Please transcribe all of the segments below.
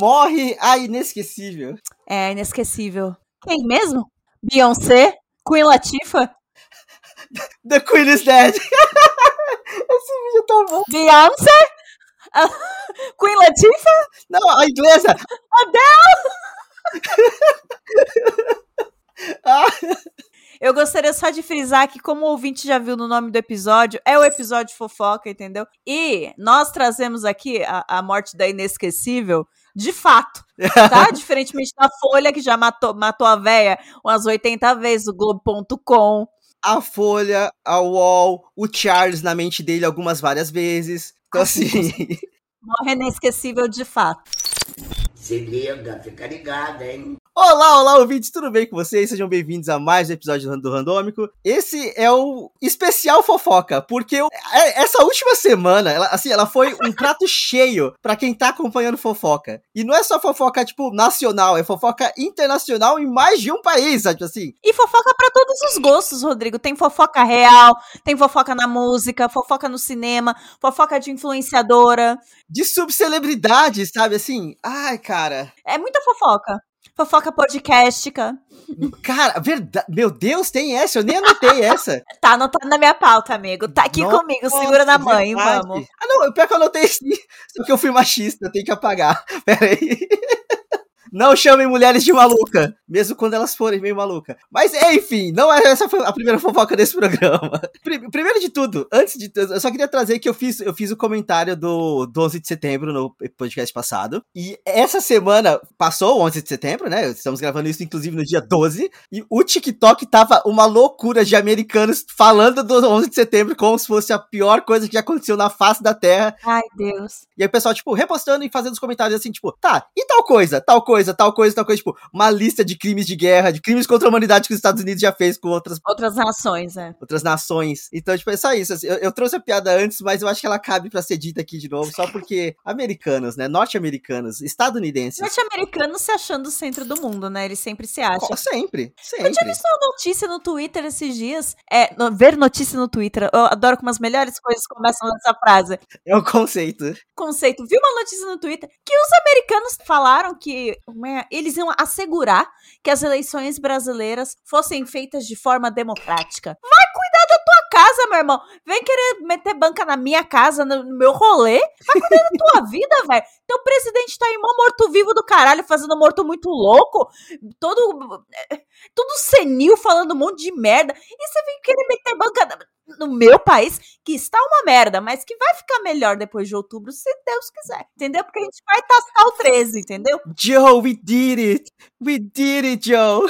Morre a inesquecível. É, inesquecível. Quem mesmo? Beyoncé? Queen Latifah? The Queen is Dead. Esse vídeo é tão bom. Beyoncé? Queen Latifah? Não, a inglesa. Adele? Ah. Eu gostaria só de frisar que, como o ouvinte já viu no nome do episódio, é o episódio fofoca, entendeu? E nós trazemos aqui a morte da inesquecível de fato, tá? Diferentemente da Folha, que já matou a véia umas 80 vezes, o Globo.com. A Folha, a UOL, o Charles na mente dele várias vezes. Então, assim... Morre inesquecível de fato. Se liga, fica ligado, hein? Olá, ouvintes, tudo bem com vocês? Sejam bem-vindos a mais um episódio do Randômico. Esse é o especial fofoca, porque essa última semana, ela foi um prato cheio pra quem tá acompanhando fofoca. E não é só fofoca, tipo, nacional, é fofoca internacional em mais de um país, sabe assim? E fofoca pra todos os gostos, Rodrigo. Tem fofoca real, tem fofoca na música, fofoca no cinema, fofoca de influenciadora. De subcelebridade, sabe, assim? Ai, cara. É muita fofoca. Fofoca podcastica. Cara, verdade. Meu Deus, tem essa, eu nem anotei essa. Tá anotado na minha pauta, amigo. Tá aqui comigo, segura na mãe, verdade. vamos. Ah, não, pior que eu anotei sim. Só que eu fui machista, eu tenho que apagar. Pera aí. Não chamem mulheres de maluca, mesmo quando elas forem meio maluca. Mas, enfim, não é essa foi a primeira fofoca desse programa. Primeiro de tudo, eu só queria trazer que eu fiz o comentário do 11 de setembro no podcast passado. E essa semana passou o 11 de setembro, né? Estamos gravando isso, inclusive, no dia 12. E o TikTok tava uma loucura de americanos falando do 11 de setembro como se fosse a pior coisa que já aconteceu na face da Terra. Ai, Deus. E aí o pessoal, tipo, repostando e fazendo os comentários assim, tipo, tá, e tal coisa, tipo, uma lista de crimes de guerra, de crimes contra a humanidade que os Estados Unidos já fez com outras nações, né? Outras nações. Então, tipo, é só isso. Assim, eu trouxe a piada antes, mas eu acho que ela cabe pra ser dita aqui de novo, só porque americanos, né, norte-americanos, estadunidenses. Norte-americanos se achando o centro do mundo, né? Eles sempre se acham. Sempre. Eu tinha visto uma notícia no Twitter esses dias. Ver notícia no Twitter. Eu adoro como as melhores coisas começam nessa frase. É o conceito. Vi uma notícia no Twitter que os americanos falaram que eles iam assegurar que as eleições brasileiras fossem feitas de forma democrática. Vai cuidar da tua casa, meu irmão. Vem querer meter banca na minha casa, no meu rolê. Vai cuidar da tua vida, velho. Teu presidente tá aí mó morto-vivo do caralho, fazendo morto muito louco. Tudo senil, falando um monte de merda. E você vem querer meter banca no meu país, que está uma merda, mas que vai ficar melhor depois de outubro, se Deus quiser, entendeu? Porque a gente vai tascar o 13, entendeu? Joe, we did it, Joe.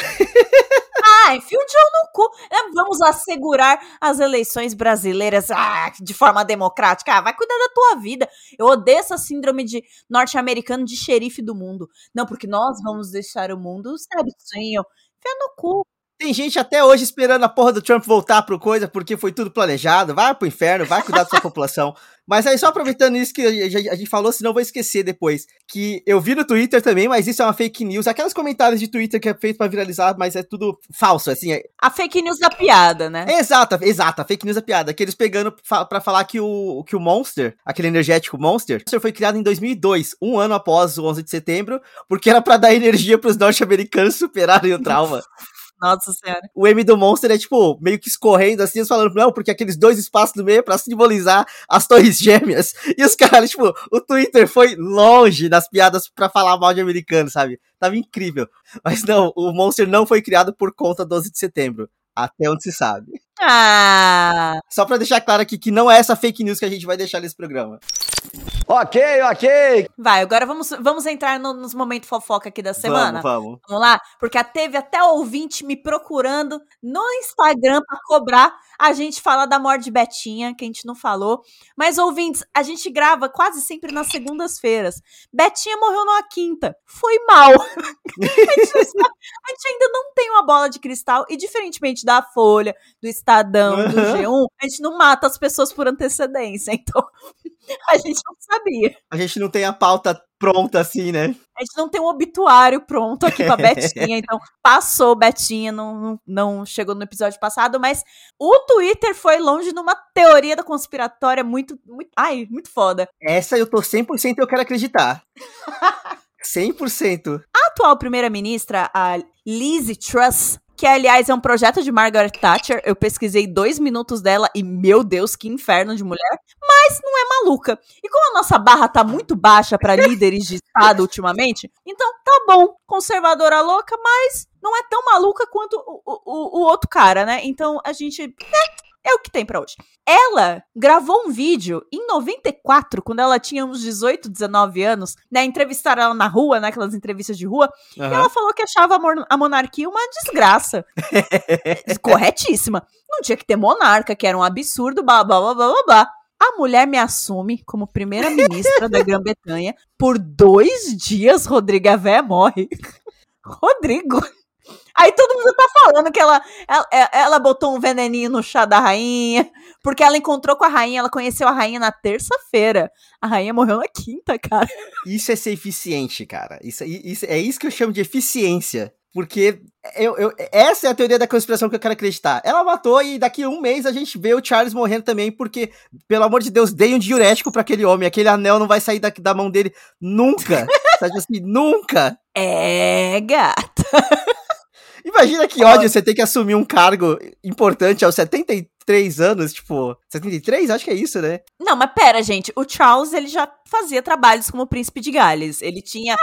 Enfia o Joe no cu. Vamos assegurar as eleições brasileiras de forma democrática. Vai cuidar da tua vida. Eu odeio essa síndrome de norte-americano de xerife do mundo. Não, porque nós vamos deixar o mundo certinho. Enfia no cu. Tem gente até hoje esperando a porra do Trump voltar pro coisa, porque foi tudo planejado. Vai pro inferno, vai cuidar da sua população. Mas aí, só aproveitando isso que a gente falou, senão eu vou esquecer depois. Que eu vi no Twitter também, mas isso é uma fake news. Aquelas comentários de Twitter que é feito pra viralizar, mas é tudo falso, assim. A fake news da piada, né? Exato, a fake news da piada. Que eles pegando pra falar que o Monster, aquele energético Monster, foi criado em 2002, um ano após o 11 de setembro, porque era pra dar energia pros norte-americanos superarem o trauma. Nossa senhora. O M do Monster é, tipo, meio que escorrendo assim, falando, não, porque aqueles dois espaços no meio é pra simbolizar as torres gêmeas. E os caras, tipo, o Twitter foi longe nas piadas pra falar mal de americano, sabe? Tava incrível. Mas não, o Monster não foi criado por conta do 12 de setembro. Até onde se sabe. Só pra deixar claro aqui que não é essa fake news que a gente vai deixar nesse programa. Ok. Vai, agora vamos entrar nos momentos fofoca aqui da semana? Vamos. Vamos lá? Porque teve até ouvinte me procurando no Instagram pra cobrar a gente falar da morte de Betinha, que a gente não falou. Mas, ouvintes, a gente grava quase sempre nas segundas-feiras. Betinha morreu numa quinta. Foi mal. A gente ainda não tem uma bola de cristal e, diferentemente da Folha, do Estadão, do G1, a gente não mata as pessoas por antecedência. Então, a gente não sabia. A gente não tem a pauta pronta assim, né? A gente não tem um obituário pronto aqui pra Betinha, então passou Betinha, não chegou no episódio passado, mas o Twitter foi longe numa teoria da conspiratória muito foda. Essa eu tô 100% eu quero acreditar. 100%. A atual primeira-ministra, a Liz Truss, que aliás é um projeto de Margaret Thatcher, eu pesquisei 2 minutos dela e, meu Deus, que inferno de mulher, mas não é maluca. E como a nossa barra tá muito baixa pra líderes de Estado ultimamente, então tá bom, conservadora louca, mas não é tão maluca quanto o outro cara, né? Então a gente... É o que tem pra hoje. Ela gravou um vídeo em 94, quando ela tinha uns 18, 19 anos, né? Entrevistaram ela na rua, naquelas entrevistas de rua, e ela falou que achava a monarquia uma desgraça. Corretíssima. Não tinha que ter monarca, que era um absurdo, blá, blá, blá, blá, blá, blá. A mulher me assume como primeira-ministra da Grã-Bretanha. Por 2 dias, Rodrigo, a véia morre. Rodrigo... Aí todo mundo tá falando que ela botou um veneninho no chá da rainha, porque ela encontrou com a rainha, ela conheceu a rainha na terça-feira. A rainha morreu na quinta, cara. Isso é ser eficiente, cara. É isso que eu chamo de eficiência. Porque essa é a teoria da conspiração que eu quero acreditar. Ela matou e daqui a 1 mês a gente vê o Charles morrendo também, porque, pelo amor de Deus, dei um diurético pra aquele homem. Aquele anel não vai sair da mão dele nunca. Sabe assim, nunca. É, gata. Imagina que ódio você ter que assumir um cargo importante aos 73 anos, tipo... 73? Acho que é isso, né? Não, mas pera, gente. O Charles, ele já fazia trabalhos como príncipe de Gales. Ele tinha...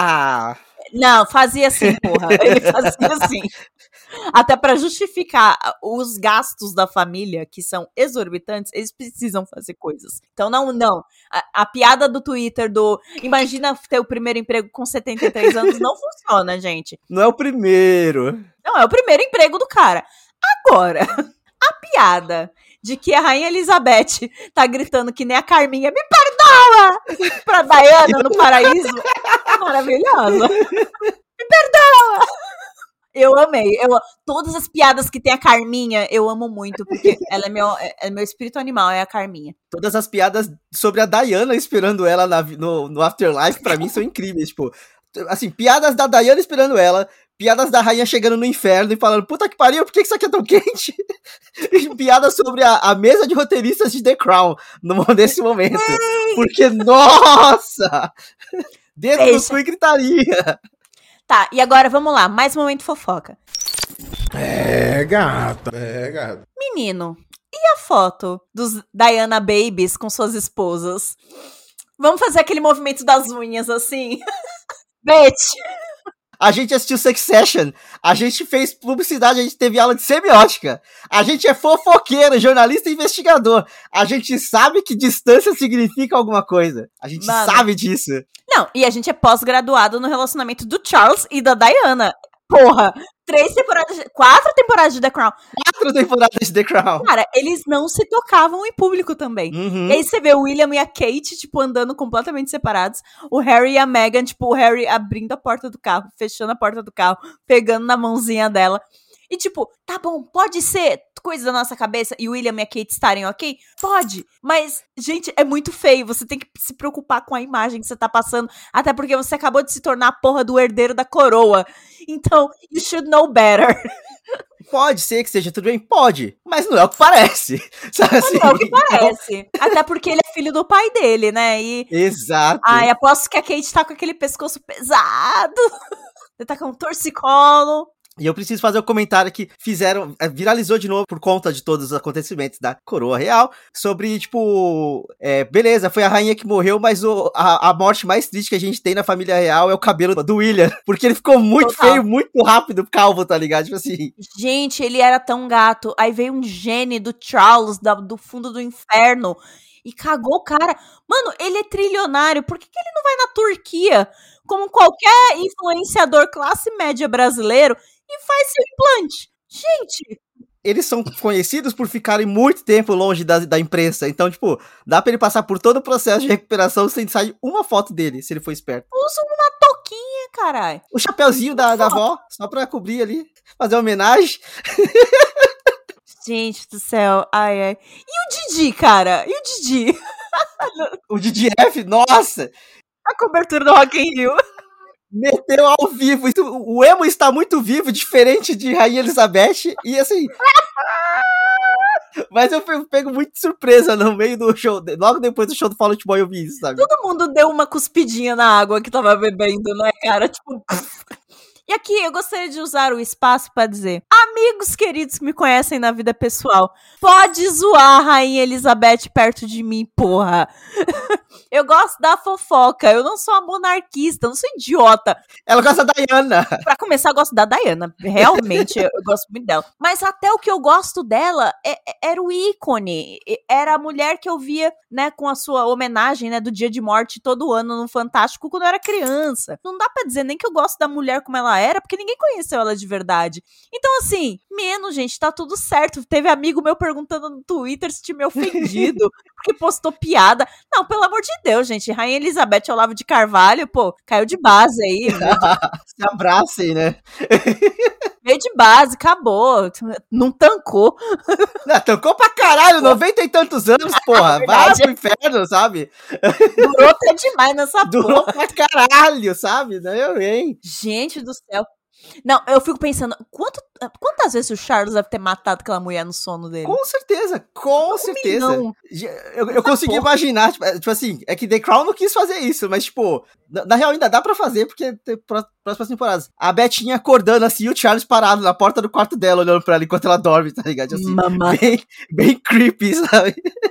Não, fazia assim, porra. Ele fazia assim. Até pra justificar os gastos da família, que são exorbitantes, eles precisam fazer coisas. Então, não. A piada do Twitter do imagina ter o primeiro emprego com 73 anos não funciona, gente. Não é o primeiro. Não, é o primeiro emprego do cara. Agora, a piada de que a Rainha Elizabeth tá gritando que nem a Carminha, me perdoa! Pra Diana no paraíso, é maravilhosa. Me perdoa! Eu amei. Todas as piadas que tem a Carminha, eu amo muito, porque ela é meu espírito animal, é a Carminha. Todas as piadas sobre a Diana esperando ela no Afterlife, pra mim, são incríveis. Tipo, assim, piadas da Diana esperando ela, piadas da rainha chegando no inferno e falando, puta que pariu, por que isso aqui é tão quente? E piadas sobre a mesa de roteiristas de The Crown nesse momento. Porque, nossa! Dedo no cu e gritaria. Tá, e agora vamos lá, mais um momento fofoca. É, gata. Menino, e a foto dos Diana Babies com suas esposas? Vamos fazer aquele movimento das unhas assim? Bitch! A gente assistiu Succession, a gente fez publicidade, a gente teve aula de semiótica, a gente é fofoqueiro, jornalista e investigador, a gente sabe que distância significa alguma coisa, a gente sabe disso. Não, e a gente é pós-graduado no relacionamento do Charles e da Diana. Porra, 4 temporadas de The Crown. 4 temporadas de The Crown. Cara, eles não se tocavam em público também. Uhum. E aí você vê o William e a Kate, tipo, andando completamente separados. O Harry e a Meghan, tipo, o Harry abrindo a porta do carro, fechando a porta do carro, pegando na mãozinha dela. E tipo, tá bom, pode ser coisa da nossa cabeça e o William e a Kate estarem ok? Pode, mas, gente, é muito feio. Você tem que se preocupar com a imagem que você tá passando, até porque você acabou de se tornar a porra do herdeiro da coroa. Então, you should know better. Pode ser que seja tudo bem? Pode, mas não é o que parece. Sabe assim? Não é o que parece. Até porque ele é filho do pai dele, né? Exato. Ai, aposto que a Kate tá com aquele pescoço pesado. Ele tá com um torcicolo. E eu preciso fazer um comentário que viralizou de novo por conta de todos os acontecimentos da coroa real, sobre, tipo, beleza, foi a rainha que morreu, mas a morte mais triste que a gente tem na família real é o cabelo do William, porque ele ficou muito feio, muito rápido, calvo, tá ligado? Tipo assim. Gente, ele era tão gato, aí veio um gene do Charles, do fundo do inferno, e cagou o cara. Mano, ele é trilionário, por que ele não vai na Turquia, como qualquer influenciador classe média brasileiro, e faz seu implante? Gente! Eles são conhecidos por ficarem muito tempo longe da imprensa. Então, tipo, dá pra ele passar por todo o processo de recuperação sem sair uma foto dele, se ele for esperto. Usa uma touquinha, caralho. O chapeuzinho da avó, só pra cobrir ali, fazer uma homenagem. Gente do céu, ai. E o Didi, cara? E o Didi? O Didi F, nossa! A cobertura do Rock in Rio. Meteu ao vivo. O emo está muito vivo, diferente de Rainha Elizabeth. E assim... Mas eu fui pego muito de surpresa no meio do show. Logo depois do show do Fall Out Boy eu vi isso, sabe? Todo mundo deu uma cuspidinha na água que tava bebendo, né, cara? Tipo... E aqui eu gostaria de usar o espaço pra dizer: amigos queridos que me conhecem na vida pessoal, pode zoar a Rainha Elizabeth perto de mim, porra. Eu gosto da fofoca, eu não sou uma monarquista, eu não sou idiota. Ela gosta da Diana. Pra começar, eu gosto da Diana, realmente, eu gosto muito dela. Mas até o que eu gosto dela era o ícone, era a mulher que eu via, né, com a sua homenagem, né, do Dia de Morte todo ano no Fantástico quando eu era criança. Não dá pra dizer nem que eu gosto da mulher como ela era, porque ninguém conheceu ela de verdade. Então, assim, menos, gente, tá tudo certo. Teve amigo meu perguntando no Twitter se tinha me ofendido, porque postou piada. Não, pelo amor de Deus, gente, Rainha Elizabeth Olavo de Carvalho, pô, caiu de base aí. Se abracem, né? Veio de base, acabou. Não tancou. Não, tancou pra caralho, 90 e tantos anos, porra. Vai pro inferno, sabe? Durou até demais nessa Durou porra. pra caralho, sabe? Eu, hein? Gente do céu. Não, eu fico pensando, quantas vezes o Charles deve ter matado aquela mulher no sono dele? Com certeza, com certeza. Milhão. Eu consegui imaginar, tipo assim, é que The Crown não quis fazer isso, mas, tipo, na real ainda dá pra fazer, porque tem próximas temporadas. A Betinha acordando assim e o Charles parado na porta do quarto dela, olhando pra ela enquanto ela dorme, tá ligado? Assim, bem creepy, sabe?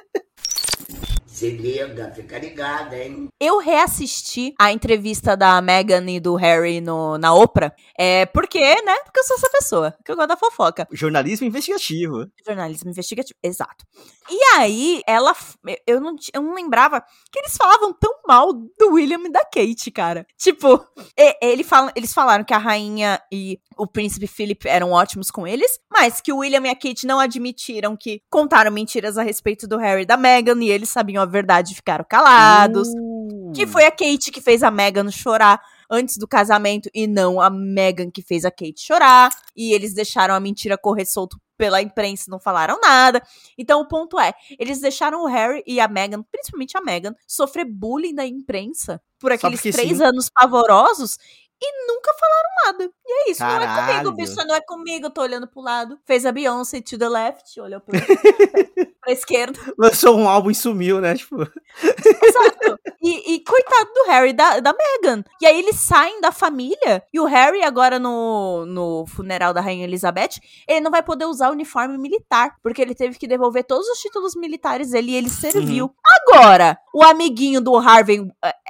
Se liga, fica ligada, hein? Eu reassisti a entrevista da Meghan e do Harry na Oprah, porque eu sou essa pessoa, que eu gosto da fofoca. Jornalismo investigativo. Jornalismo investigativo, exato. E aí, eu não lembrava que eles falavam tão mal do William e da Kate, cara. Tipo, eles falaram que a rainha e o príncipe Philip eram ótimos com eles, mas que o William e a Kate não admitiram que contaram mentiras a respeito do Harry e da Meghan, e eles sabiam a verdade e ficaram calados. Que foi a Kate que fez a Meghan chorar antes do casamento e não a Meghan que fez a Kate chorar. E eles deixaram a mentira correr solto pela imprensa e não falaram nada. Então o ponto é, eles deixaram o Harry e a Meghan, principalmente a Meghan, sofrer bullying da imprensa por aqueles 3 anos pavorosos e nunca falaram nada. E é isso, Caralho. Não é comigo, bicho, não é comigo, eu tô olhando pro lado. Fez a Beyoncé to the left, olhou pra esquerda. Lançou um álbum e sumiu, né? Tipo... Exato. E coitado do Harry e da Meghan. E aí eles saem da família e o Harry agora no funeral da Rainha Elizabeth, ele não vai poder usar o uniforme militar, porque ele teve que devolver todos os títulos militares dele e ele serviu. Agora, o amiguinho do Harvey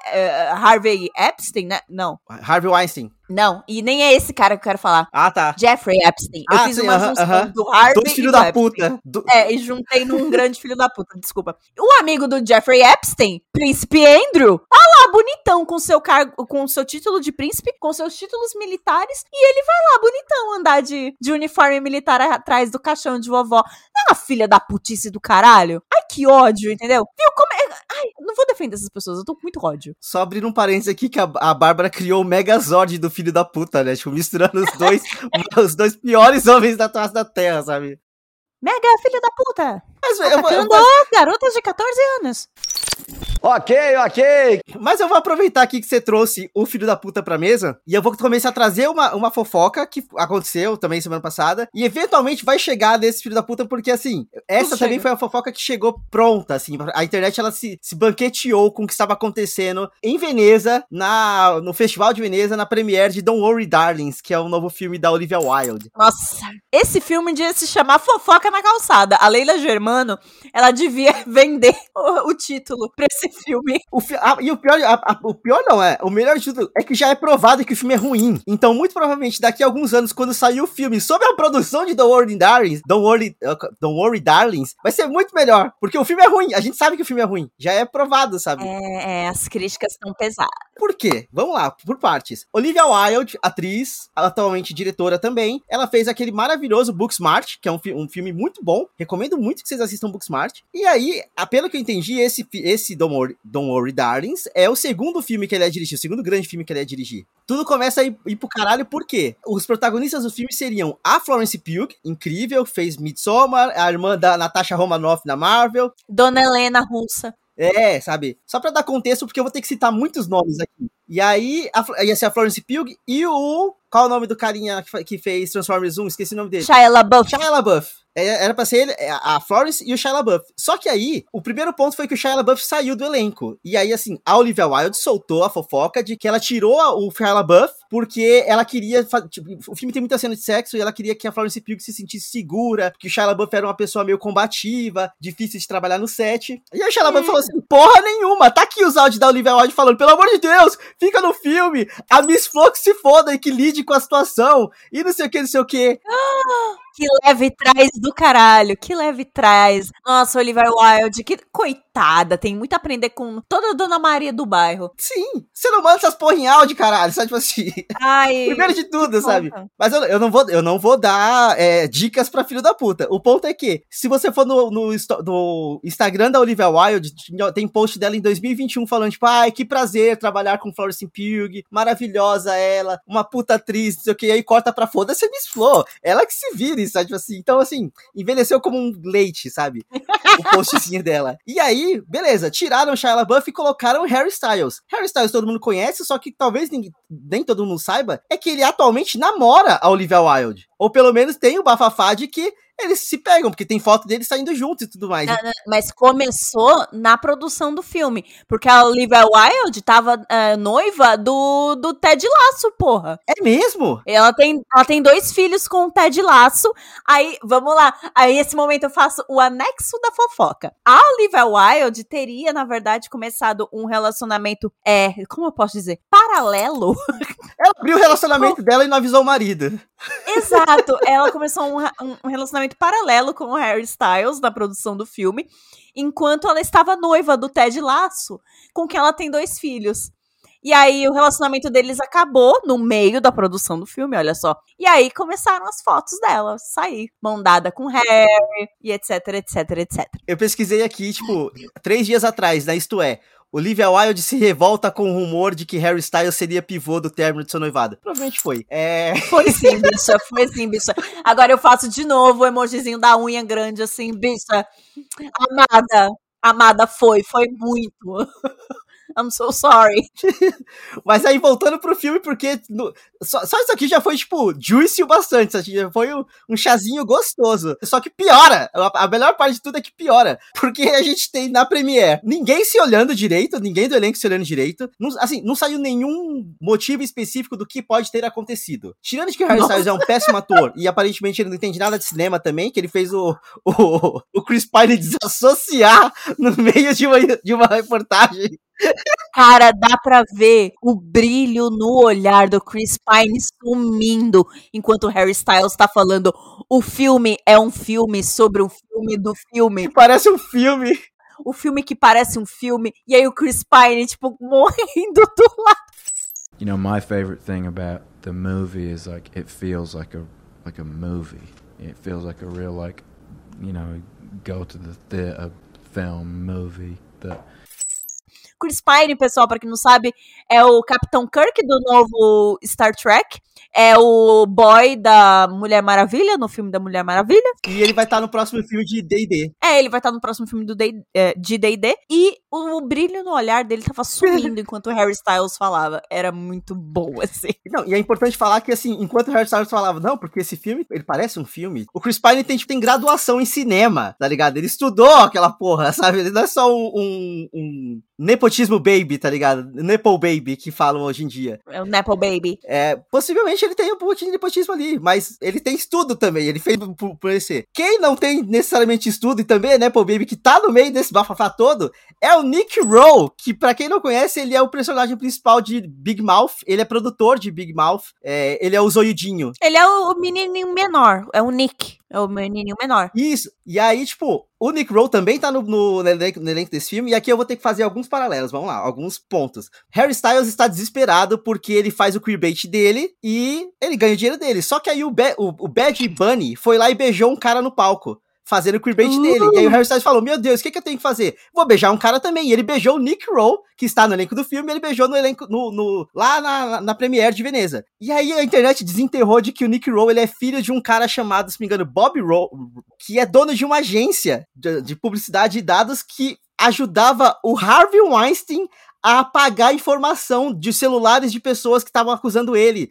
Epstein, né? Não. Harvey Weinstein. Não, e nem é esse cara que eu quero falar. Ah, tá. Jeffrey Epstein. Eu fiz uma junção do Harvey Dois filhos e do da Epstein. puta. E juntei num grande filho da puta, desculpa. O amigo do Jeffrey Epstein, Príncipe Andrew, tá lá bonitão com seu cargo, com seu título de príncipe, com seus títulos militares, e ele vai lá bonitão andar de uniforme militar atrás do caixão de vovó. Não é uma filha da putice do caralho? Ai, que ódio, entendeu? Viu como é... Ai, não vou defender essas pessoas, eu tô com muito ódio. Só abrindo um parênteses aqui que a Bárbara criou o Megazord do filho da puta, né? Tipo, misturando os dois piores homens da face da Terra, sabe? Mega filho da puta! Mas, Atacando garotas de 14 anos. Ok. Mas eu vou aproveitar aqui que você trouxe o filho da puta pra mesa e eu vou começar a trazer uma fofoca que aconteceu também semana passada e eventualmente vai chegar desse filho da puta porque, assim, essa também foi a fofoca que chegou pronta, assim, a internet ela se banqueteou com o que estava acontecendo em Veneza, no Festival de Veneza, na premiere de Don't Worry Darlings, que é o novo filme da Olivia Wilde. Nossa, esse filme devia se chamar Fofoca na Calçada. A Leila Germano, ela devia vender o título pra esse filme. E o pior não é, o melhor de tudo é que já é provado que o filme é ruim. Então, muito provavelmente, daqui a alguns anos, quando sair o filme sobre a produção de Don't Worry Darlings, vai ser muito melhor, porque o filme é ruim, a gente sabe que o filme é ruim, já é provado, sabe? As críticas estão pesadas. Por quê? Vamos lá, por partes. Olivia Wilde, atriz, atualmente diretora também, ela fez aquele maravilhoso Booksmart, que é um filme muito bom, recomendo muito que vocês assistam Booksmart. E aí, pelo que eu entendi, esse Don't Worry Darlings é o segundo filme que ele ia dirigir, o segundo grande filme que ele ia dirigir. Tudo começa a ir pro caralho, por quê? Os protagonistas do filme seriam a Florence Pugh, incrível, fez Midsommar, a irmã da Natasha Romanoff na Marvel. Dona Helena Russa. Sabe? Só pra dar contexto, porque eu vou ter que citar muitos nomes aqui. E aí, ia ser a Florence Pugh e o Qual é o nome do carinha que fez Transformers 1? Esqueci o nome dele. Shia LaBeouf. Shia LaBeouf. Era pra ser ele, a Florence e o Shia LaBeouf. Só que aí, o primeiro ponto foi que o Shia LaBeouf saiu do elenco. E aí, assim, a Olivia Wilde soltou a fofoca de que ela tirou o Shia LaBeouf porque ela queria... Tipo, o filme tem muita cena de sexo e ela queria que a Florence Pugh se sentisse segura, que o Shia LaBeouf era uma pessoa meio combativa, difícil de trabalhar no set. E aí o Shia LaBeouf falou assim, porra nenhuma, tá aqui os áudios da Olivia Wilde falando, pelo amor de Deus, fica no filme, a Miss Flo que se foda e que lide com a situação, e não sei o que, não sei o que. Que leve trás do caralho, que leve trás. Nossa, Olivia Wilde, que coitada, tem muito a aprender com toda a Dona Maria do bairro. Sim, você não manda essas porra em áudio, caralho, sabe, tipo assim. Ai, primeiro de tudo, sabe? Conta. Mas eu não vou dar dicas pra filho da puta. O ponto é que, se você for no Instagram da Olivia Wilde, tem post dela em 2021 falando, tipo, ai, que prazer trabalhar com Florence Pugh, maravilhosa ela, uma puta atriz, não sei o que, aí corta pra foda-se a Miss Flo, ela que se vire, sabe, tipo assim. Então, assim, envelheceu como um leite, sabe? O postzinho dela. E aí, beleza, tiraram o Shia LaBeouf e colocaram o Harry Styles. Harry Styles todo mundo conhece, só que talvez nem todo mundo saiba, é que ele atualmente namora a Olivia Wilde. Ou pelo menos tem o bafafá de que eles se pegam, porque tem foto deles saindo juntos e tudo mais. Mas começou na produção do filme, porque a Olivia Wilde tava noiva do Ted Lasso, porra. É mesmo? Ela tem 2 filhos com o Ted Lasso. Aí, vamos lá. Aí, nesse momento, eu faço o anexo da fofoca. A Olivia Wilde teria, na verdade, começado um relacionamento, como eu posso dizer? Paralelo. Ela abriu o relacionamento dela e não avisou o marido. Exato. Ela começou um relacionamento paralelo com o Harry Styles na produção do filme, enquanto ela estava noiva do Ted Lasso, com quem ela tem 2 filhos. E aí o relacionamento deles acabou no meio da produção do filme, olha só. E aí começaram as fotos dela sair, mão dada com Harry, e etc, etc, etc. Eu pesquisei aqui, tipo, 3 dias atrás, né, isto é, Olivia Wilde se revolta com o rumor de que Harry Styles seria pivô do término de sua noivada. Provavelmente foi. Foi sim, bicha, foi sim, bicha. Agora eu faço de novo o emojizinho da unha grande, assim, bicha. Amada, foi muito. I'm so sorry. Mas aí, voltando pro filme, porque só isso aqui já foi, tipo, juicy o bastante. Isso aqui já foi um chazinho gostoso. Só que piora. A melhor parte de tudo é que piora. Porque a gente tem na Premiere ninguém se olhando direito, ninguém do elenco se olhando direito. Não saiu nenhum motivo específico do que pode ter acontecido. Tirando de que o Harry Styles é um péssimo ator e aparentemente ele não entende nada de cinema também, que ele fez o Chris Pine desassociar no meio de uma reportagem. Cara, dá pra ver o brilho no olhar do Chris Pine sumindo enquanto o Harry Styles tá falando o filme é um filme sobre um filme do filme. Parece um filme. O filme que parece um filme. E aí o Chris Pine, tipo, morrendo do lado. You know, my favorite thing about the movie is like it feels like a movie. It feels like a real, like, you know, go to the theater film movie that... Chris Pine, pessoal, pra quem não sabe, é o Capitão Kirk do novo Star Trek. É o boy da Mulher Maravilha, no filme da Mulher Maravilha. E ele vai estar no próximo filme de D&D. Ele vai estar no próximo filme de D&D. E o brilho no olhar dele tava sumindo enquanto o Harry Styles falava. Era muito bom, assim. Não, e é importante falar que, assim, enquanto o Harry Styles falava, não, porque esse filme, ele parece um filme, o Chris Pine tem graduação em cinema, tá ligado? Ele estudou aquela porra, sabe? Ele não é só um nepotismo baby, tá ligado? Nepo baby, que falam hoje em dia. É o Nepo Baby. Possivelmente ele tem um pouquinho de nepotismo ali, mas ele tem estudo também, ele fez por esse. Quem não tem necessariamente estudo e também é Nepo Baby, que tá no meio desse bafafá todo, é o Nick Rowe, que pra quem não conhece, ele é o personagem principal de Big Mouth, ele é produtor de Big Mouth, ele é o zoiudinho. Ele é o menininho menor, é o Nick. É o menininho menor. Isso, e aí, tipo, o Nick Rowe também tá no elenco desse filme, e aqui eu vou ter que fazer alguns paralelos, vamos lá, alguns pontos. Harry Styles está desesperado porque ele faz o queerbait dele e ele ganha o dinheiro dele, só que aí o Bad Bunny foi lá e beijou um cara no palco, fazendo o queerbait dele, e aí o Harry Styles falou, meu Deus, o que eu tenho que fazer? Vou beijar um cara também, e ele beijou o Nick Rowe, que está no elenco do filme, e ele beijou no elenco, lá na Premiere de Veneza. E aí a internet desenterrou de que o Nick Rowe, ele é filho de um cara chamado, se me engano, Bob Rowe, que é dono de uma agência de publicidade e dados que ajudava o Harvey Weinstein a apagar informação de celulares de pessoas que estavam acusando ele.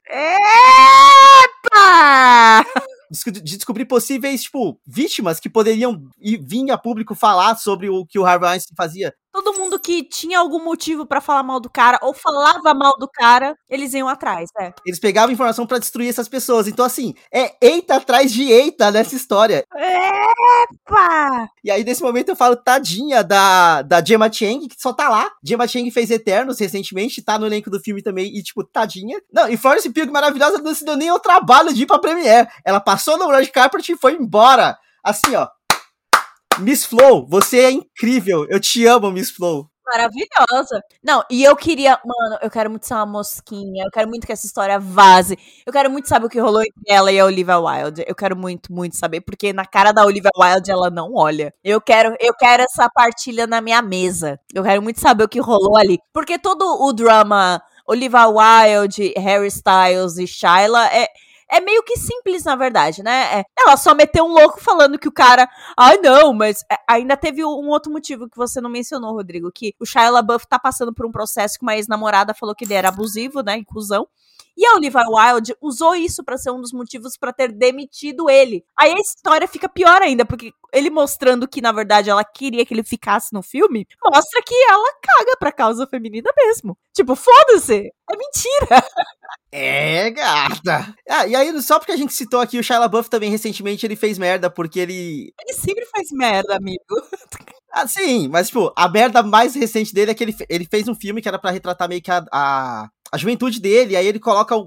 Epa! De descobrir possíveis, tipo, vítimas que poderiam vir a público falar sobre o que o Harvey Weinstein fazia. Todo mundo que tinha algum motivo pra falar mal do cara, ou falava mal do cara, eles iam atrás, né? Eles pegavam informação pra destruir essas pessoas. Então, assim, é eita atrás de eita nessa história. Epa! E aí, nesse momento, eu falo tadinha da Gemma Chang, que só tá lá. Gemma Chang fez Eternos recentemente, tá no elenco do filme também, e tipo, tadinha. Não, e Florence Pugh, maravilhosa, não se deu nem ao trabalho de ir pra Premiere. Ela passou no Red Carpet e foi embora. Assim, ó. Miss Flow, você é incrível. Eu te amo, Miss Flow. Maravilhosa. Não, e eu queria, mano, eu quero muito ser uma mosquinha, eu quero muito que essa história vaze, eu quero muito saber o que rolou entre ela e a Olivia Wilde, eu quero muito, muito saber, porque na cara da Olivia Wilde ela não olha. Eu quero essa partilha na minha mesa, eu quero muito saber o que rolou ali, porque todo o drama Olivia Wilde, Harry Styles e Shyla é meio que simples, na verdade, né? Ela só meteu um louco falando que o cara... Ai, não, mas... ainda teve um outro motivo que você não mencionou, Rodrigo, que o Shia LaBeouf tá passando por um processo que uma ex-namorada falou que ele era abusivo, né? Inclusão. E a Olivia Wilde usou isso pra ser um dos motivos pra ter demitido ele. Aí a história fica pior ainda, porque ele mostrando que, na verdade, ela queria que ele ficasse no filme, mostra que ela caga pra causa feminina mesmo. Tipo, foda-se! É mentira! É, gata! Ah, e aí, só porque a gente citou aqui o Shia LaBeouf também, recentemente, ele fez merda, porque ele... Ele sempre faz merda, amigo. Ah, sim, mas, tipo, a merda mais recente dele é que ele fez um filme que era pra retratar meio que a juventude dele, aí ele coloca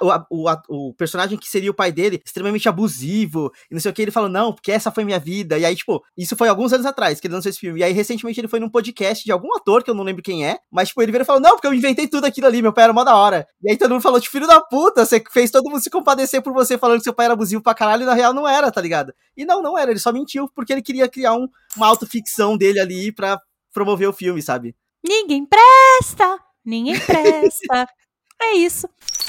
o personagem que seria o pai dele extremamente abusivo, e não sei o que, ele fala, não, porque essa foi minha vida, e aí, tipo, isso foi alguns anos atrás que ele lançou esse filme, e aí, recentemente, ele foi num podcast de algum ator, que eu não lembro quem é, mas, tipo, ele veio e falou, não, porque eu inventei tudo aquilo ali, meu pai era mó da hora, e aí todo mundo falou, tipo, filho da puta, você fez todo mundo se compadecer por você falando que seu pai era abusivo pra caralho, e na real não era, tá ligado? E não era, ele só mentiu, porque ele queria criar uma autoficção dele ali pra promover o filme, sabe? Ninguém presta! Ninguém presta. É isso.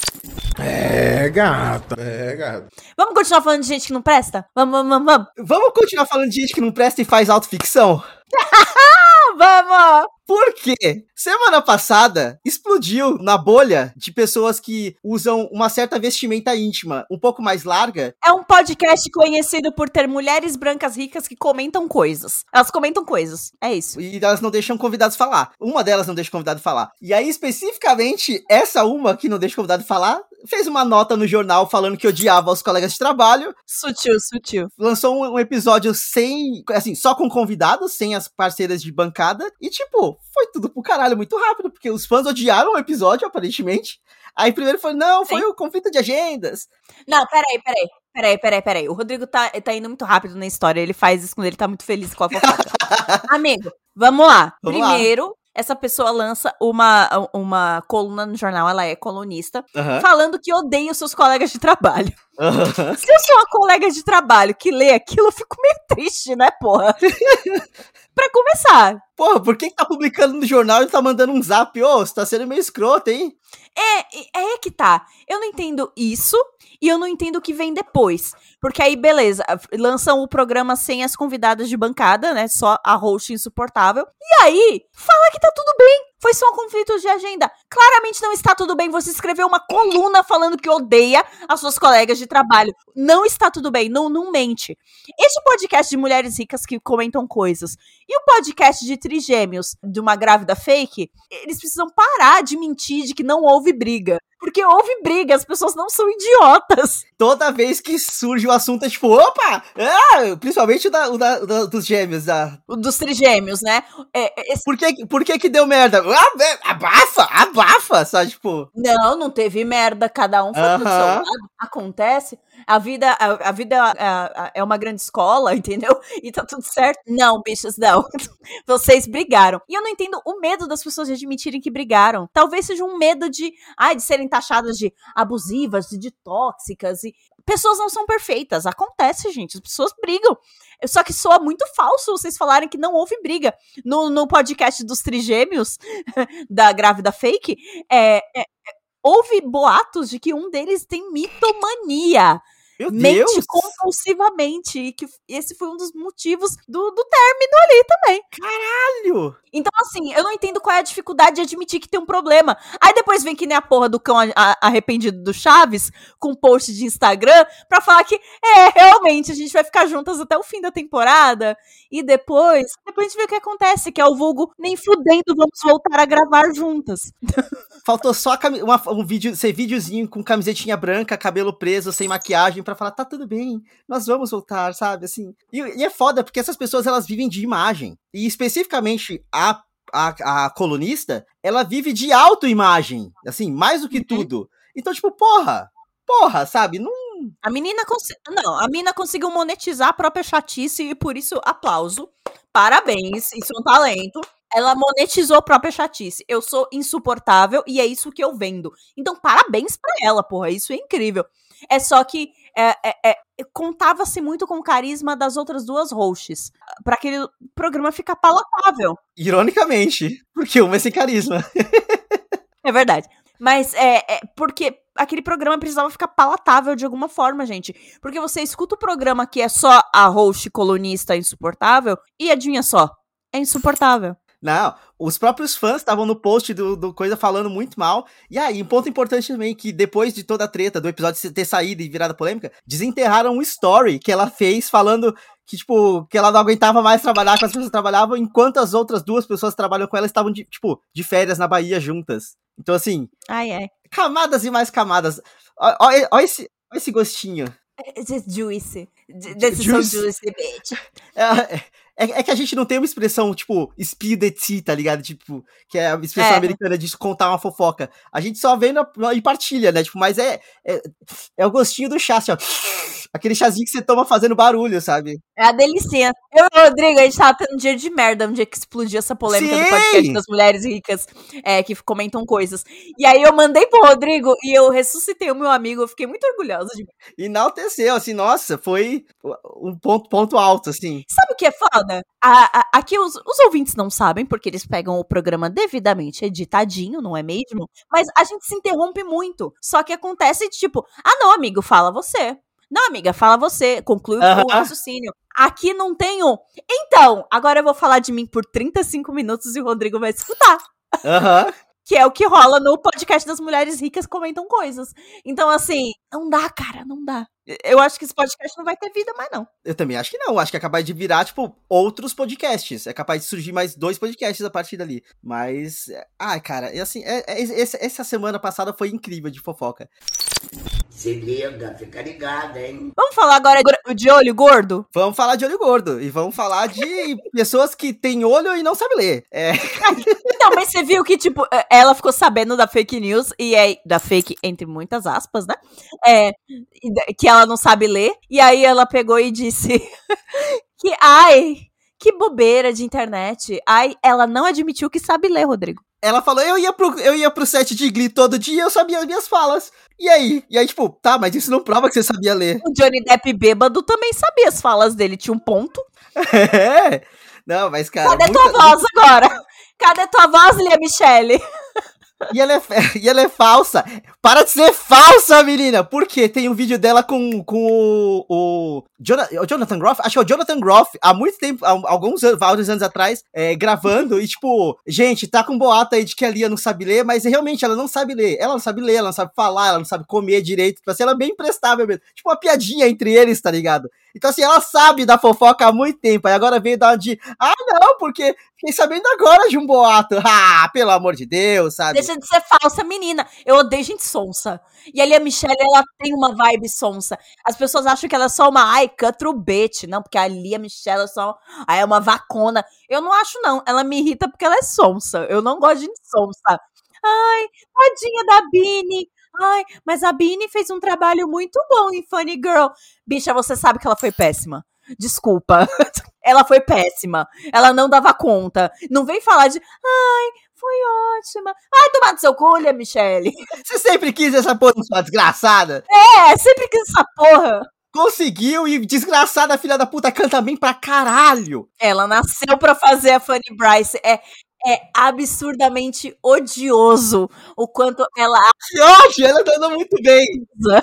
É, gata. Vamos continuar falando de gente que não presta? Vamos. Vamos continuar falando de gente que não presta e faz autoficção? Vamos! Por quê? Semana passada, explodiu na bolha de pessoas que usam uma certa vestimenta íntima um pouco mais larga. É um podcast conhecido por ter mulheres brancas ricas que comentam coisas. Elas comentam coisas. É isso. E elas não deixam convidados falar. Uma delas não deixa o convidado falar. E aí, especificamente, essa uma que não deixa o convidado falar, fez uma nota no jornal falando que odiava os colegas de trabalho. Sutil. Lançou um episódio sem, assim, só com convidados, sem as parceiras de bancada. E, tipo, foi tudo pro caralho muito rápido, porque os fãs odiaram o episódio, aparentemente. Aí primeiro foi, não, foi o conflito de agendas. Não, peraí. O Rodrigo tá indo muito rápido na história. Ele faz isso quando ele tá muito feliz com a fofoca. Amigo, vamos lá. Primeiro, essa pessoa lança uma coluna no jornal, ela é colunista, falando que odeia os seus colegas de trabalho. Se eu sou uma colega de trabalho que lê aquilo, eu fico meio triste, né, porra? Pra começar. Porra, por que tá publicando no jornal e tá mandando um zap? Ô, você tá sendo meio escroto, hein? É que tá. Eu não entendo isso e eu não entendo o que vem depois. Porque aí, beleza, lançam o programa sem as convidadas de bancada, né? Só a host insuportável. E aí, fala que tá tudo bem. Foi só um conflito de agenda. Claramente não está tudo bem. Você escreveu uma coluna falando que odeia as suas colegas de trabalho. Não está tudo bem. Não mente. Este podcast de mulheres ricas que comentam coisas e o podcast de trigêmeos de uma grávida fake, eles precisam parar de mentir de que não houve briga. Porque houve briga, as pessoas não são idiotas. Toda vez que surge o assunto é tipo, opa! Principalmente dos gêmeos. Dos trigêmeos, né? Por que deu merda? Abafa! Só tipo... Não teve merda, cada um foi pro seu lado. Acontece. A vida é uma grande escola, entendeu? E tá tudo certo. Não, bichos, não. Vocês brigaram. E eu não entendo o medo das pessoas de admitirem que brigaram. Talvez seja um medo de serem taxadas de abusivas, de tóxicas. E pessoas não são perfeitas. Acontece, gente. As pessoas brigam. Só que soa muito falso vocês falarem que não houve briga. No podcast dos trigêmeos, da grávida fake, houve boatos de que um deles tem mitomania. Meu Mente Deus! compulsivamente. E que esse foi um dos motivos do término ali também. caralho! Então, assim, eu não entendo qual é a dificuldade de admitir que tem um problema. Aí depois vem que nem a porra do cão arrependido do Chaves, com post de Instagram, pra falar que, realmente, a gente vai ficar juntas até o fim da temporada, e depois a gente vê o que acontece, que é o vulgo, nem fudendo, vamos voltar a gravar juntas. Faltou só um vídeo, ser videozinho com camisetinha branca, cabelo preso, sem maquiagem, pra falar, tá tudo bem, nós vamos voltar, sabe, assim. E é foda, porque essas pessoas, elas vivem de imagem. E especificamente a colunista, ela vive de autoimagem, assim, mais do que tudo. Então, tipo, porra, sabe, não... A menina conseguiu monetizar a própria chatice e por isso, aplauso. Parabéns, isso é um talento. Ela monetizou a própria chatice. Eu sou insuportável e é isso que eu vendo. Então, parabéns pra ela, porra. Isso é incrível. É só que contava-se muito com o carisma das outras duas hosts. Pra aquele programa ficar palatável. Ironicamente, porque uma é sem carisma. É verdade. Mas porque aquele programa precisava ficar palatável de alguma forma, gente. Porque você escuta o programa que é só a host colunista insuportável e adivinha só, é insuportável. Não, os próprios fãs estavam no post do Coisa falando muito mal. E aí, um ponto importante também, que depois de toda a treta do episódio ter saído e virado polêmica, desenterraram um story que ela fez falando que, tipo, que ela não aguentava mais trabalhar com as pessoas que trabalhavam, enquanto as outras duas pessoas que trabalham com ela estavam, de férias na Bahia juntas. Então, assim, camadas e mais camadas. Olha esse gostinho. Juicy. Juicy, bitch. É que a gente não tem uma expressão, tipo, spill the tea, tá ligado? Tipo, que é a expressão americana de contar uma fofoca. A gente só vê e partilha, né? Tipo, mas é o gostinho do chá, assim, ó. Aquele chazinho que você toma fazendo barulho, sabe? É a delicinha. Eu e o Rodrigo, a gente tava tendo um dia de merda, um dia que explodiu essa polêmica do podcast das mulheres ricas, que comentam coisas. E aí eu mandei pro Rodrigo e eu ressuscitei o meu amigo, eu fiquei muito orgulhosa de mim. Enalteceu, assim, nossa, foi um ponto alto, assim. Sabe o que é foda? Aqui os ouvintes não sabem, porque eles pegam o programa devidamente editadinho, não é mesmo? Mas a gente se interrompe muito. Só que acontece de tipo, não, amigo, fala você. Não, amiga, fala você. Conclui o raciocínio. Aqui não tenho. Então, agora eu vou falar de mim por 35 minutos e o Rodrigo vai escutar. Que é o que rola no podcast das mulheres ricas comentam coisas. Então, assim, não dá, cara, não dá. Eu acho que esse podcast não vai ter vida mais, não. Eu também acho que não. Acho que é capaz de virar, tipo, outros podcasts. É capaz de surgir mais 2 podcasts a partir dali. Mas, cara, assim, essa semana passada foi incrível de fofoca. Se liga, fica ligada, hein? Vamos falar agora de olho gordo? Vamos falar de olho gordo. E vamos falar de pessoas que têm olho e não sabem ler. Não, mas você viu que, tipo, ela ficou sabendo da fake news, e aí, da fake, entre muitas aspas, né? Que ela não sabe ler. E aí ela pegou e disse que bobeira de internet. Ela não admitiu que sabe ler, Rodrigo. Ela falou, eu ia pro set de Glee todo dia, eu sabia as minhas falas. E aí, tipo, tá, mas isso não prova que você sabia ler. O Johnny Depp bêbado também sabia as falas dele, tinha um ponto. Não, mas cara... Cadê tua voz agora? Cadê tua voz, Lia Michele? E ela é falsa. Para de ser falsa, menina! Porque tem um vídeo dela com o Jonathan Groff? Acho que é o Jonathan Groff, há muito tempo, vários anos atrás, gravando, e tipo, gente, tá com boato aí de que a Lia não sabe ler, mas realmente ela não sabe ler. Ela não sabe ler, ela não sabe falar, ela não sabe comer direito. Tipo assim, ela é bem imprestável mesmo. Tipo, uma piadinha entre eles, tá ligado? Então assim, ela sabe da fofoca há muito tempo, aí agora veio dar uma de, não, porque fiquei sabendo agora de um boato. Pelo amor de Deus, sabe? Deixa de ser falsa, menina. Eu odeio gente sonsa. E a Lia Michele, ela tem uma vibe sonsa. As pessoas acham que ela é só uma, cutrubete. Não, porque a Lia Michele é só, é uma vacona. Eu não acho, não. Ela me irrita porque ela é sonsa. Eu não gosto de gente sonsa. Tadinha da Bini. Mas a Bini fez um trabalho muito bom em Funny Girl. Bicha, você sabe que ela foi péssima. Desculpa. Ela foi péssima. Ela não dava conta. Não vem falar de, foi ótima. Tomar no seu cu, Lia Michele. Você sempre quis essa porra, sua desgraçada? Sempre quis essa porra. Conseguiu, e desgraçada filha da puta canta bem pra caralho. Ela nasceu pra fazer a Fanny Brice. É absurdamente odioso o quanto ela... Que ódio, ela tá andando muito bem.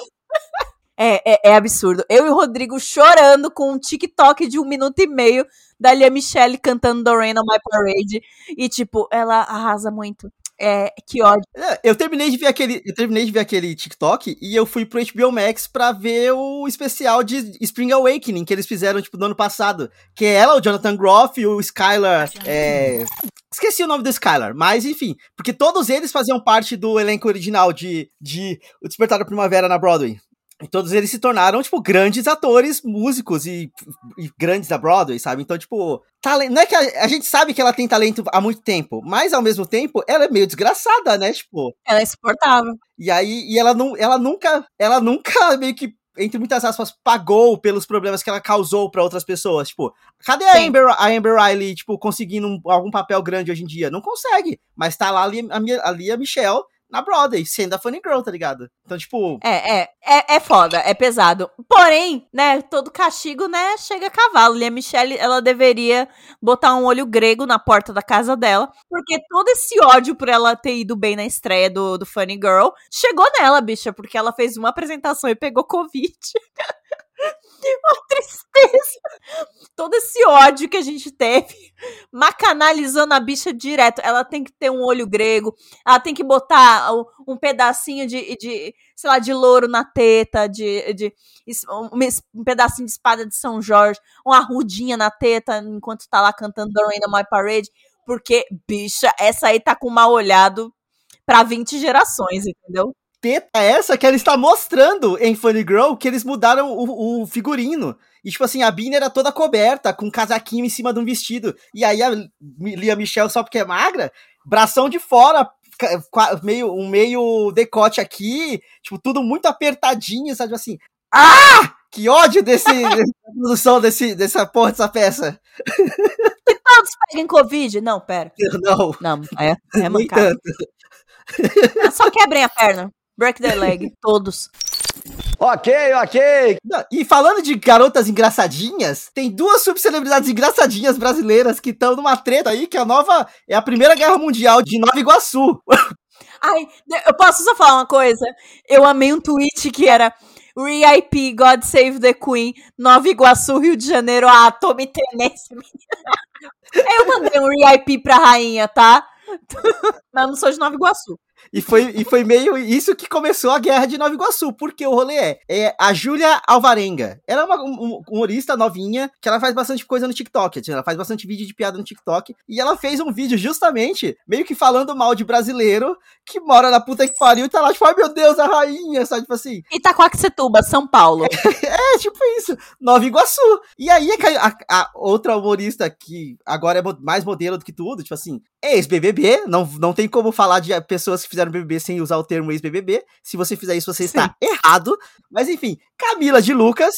É absurdo. Eu e o Rodrigo chorando com um TikTok de 1 minuto e meio da Lea Michele cantando The Rain on My Parade. E, tipo, ela arrasa muito. Que ódio. Eu terminei de ver aquele TikTok e eu fui pro HBO Max pra ver o especial de Spring Awakening que eles fizeram, tipo, no ano passado. Que é ela, o Jonathan Groff e o Skylar. Esqueci o nome do Skylar, mas enfim. Porque todos eles faziam parte do elenco original de O Despertar da Primavera na Broadway. E todos eles se tornaram, tipo, grandes atores, músicos e grandes da Broadway, sabe? Então, tipo, não é que a gente sabe que ela tem talento há muito tempo, mas ao mesmo tempo, ela é meio desgraçada, né? Tipo. Ela é insuportável. E aí, ela nunca meio que, entre muitas aspas, pagou pelos problemas que ela causou pra outras pessoas. Tipo, cadê a Amber Riley, tipo, conseguindo algum papel grande hoje em dia? Não consegue. Mas tá lá a Lea Michele na Broadway, sendo a Funny Girl, tá ligado? Então, tipo... É foda, é pesado. Porém, né, todo castigo, né, chega a cavalo. Lea Michele, ela deveria botar um olho grego na porta da casa dela, porque todo esse ódio por ela ter ido bem na estreia do Funny Girl chegou nela, bicha, porque ela fez uma apresentação e pegou Covid. Uma tristeza. Todo esse ódio que a gente teve, macanalizando a bicha direto. Ela tem que ter um olho grego, ela tem que botar um pedacinho de sei lá, de louro na teta, um pedacinho de espada de São Jorge, uma arrudinha na teta enquanto tá lá cantando The Rain on My Parade, porque, bicha, essa aí tá com mal olhado pra 20 gerações, entendeu? Teta essa que ela está mostrando em Funny Girl que eles mudaram o figurino. E, tipo assim, a Bina era toda coberta, com um casaquinho em cima de um vestido. E aí a Lea Michele, só porque é magra, bração de fora, meio decote aqui, tipo, tudo muito apertadinho, sabe, assim. Ah! Que ódio da produção dessa porra dessa peça. Que todos peguem Covid? Não, pera. Não. Não, é mancada. Só quebrem a perna. Break their leg, todos. Ok. E falando de garotas engraçadinhas, tem duas subcelebridades engraçadinhas brasileiras que estão numa treta aí, que é a Primeira Guerra Mundial de Nova Iguaçu. Ai, eu posso só falar uma coisa? Eu amei um tweet que era RIP, God Save the Queen, Nova Iguaçu, Rio de Janeiro. Ah, tô me tenesse. Eu mandei um RIP pra rainha, tá? Mas eu não sou de Nova Iguaçu. E foi meio isso que começou a Guerra de Nova Iguaçu, porque o rolê é a Júlia Alvarenga. Ela é uma humorista novinha, que ela faz bastante coisa no TikTok, ela faz bastante vídeo de piada no TikTok, e ela fez um vídeo justamente, meio que falando mal de brasileiro, que mora na puta que pariu, e tá lá, tipo, ai meu Deus, a rainha, sabe, tipo assim. Itaquaquecetuba, São Paulo. Tipo isso, Nova Iguaçu. E aí a outra humorista, que agora é mais modelo do que tudo, tipo assim, ex-BBB, não tem como falar de pessoas que fizeram BBB sem usar o termo ex-BBB. Se você fizer isso, você está errado. Mas enfim, Camila de Lucas,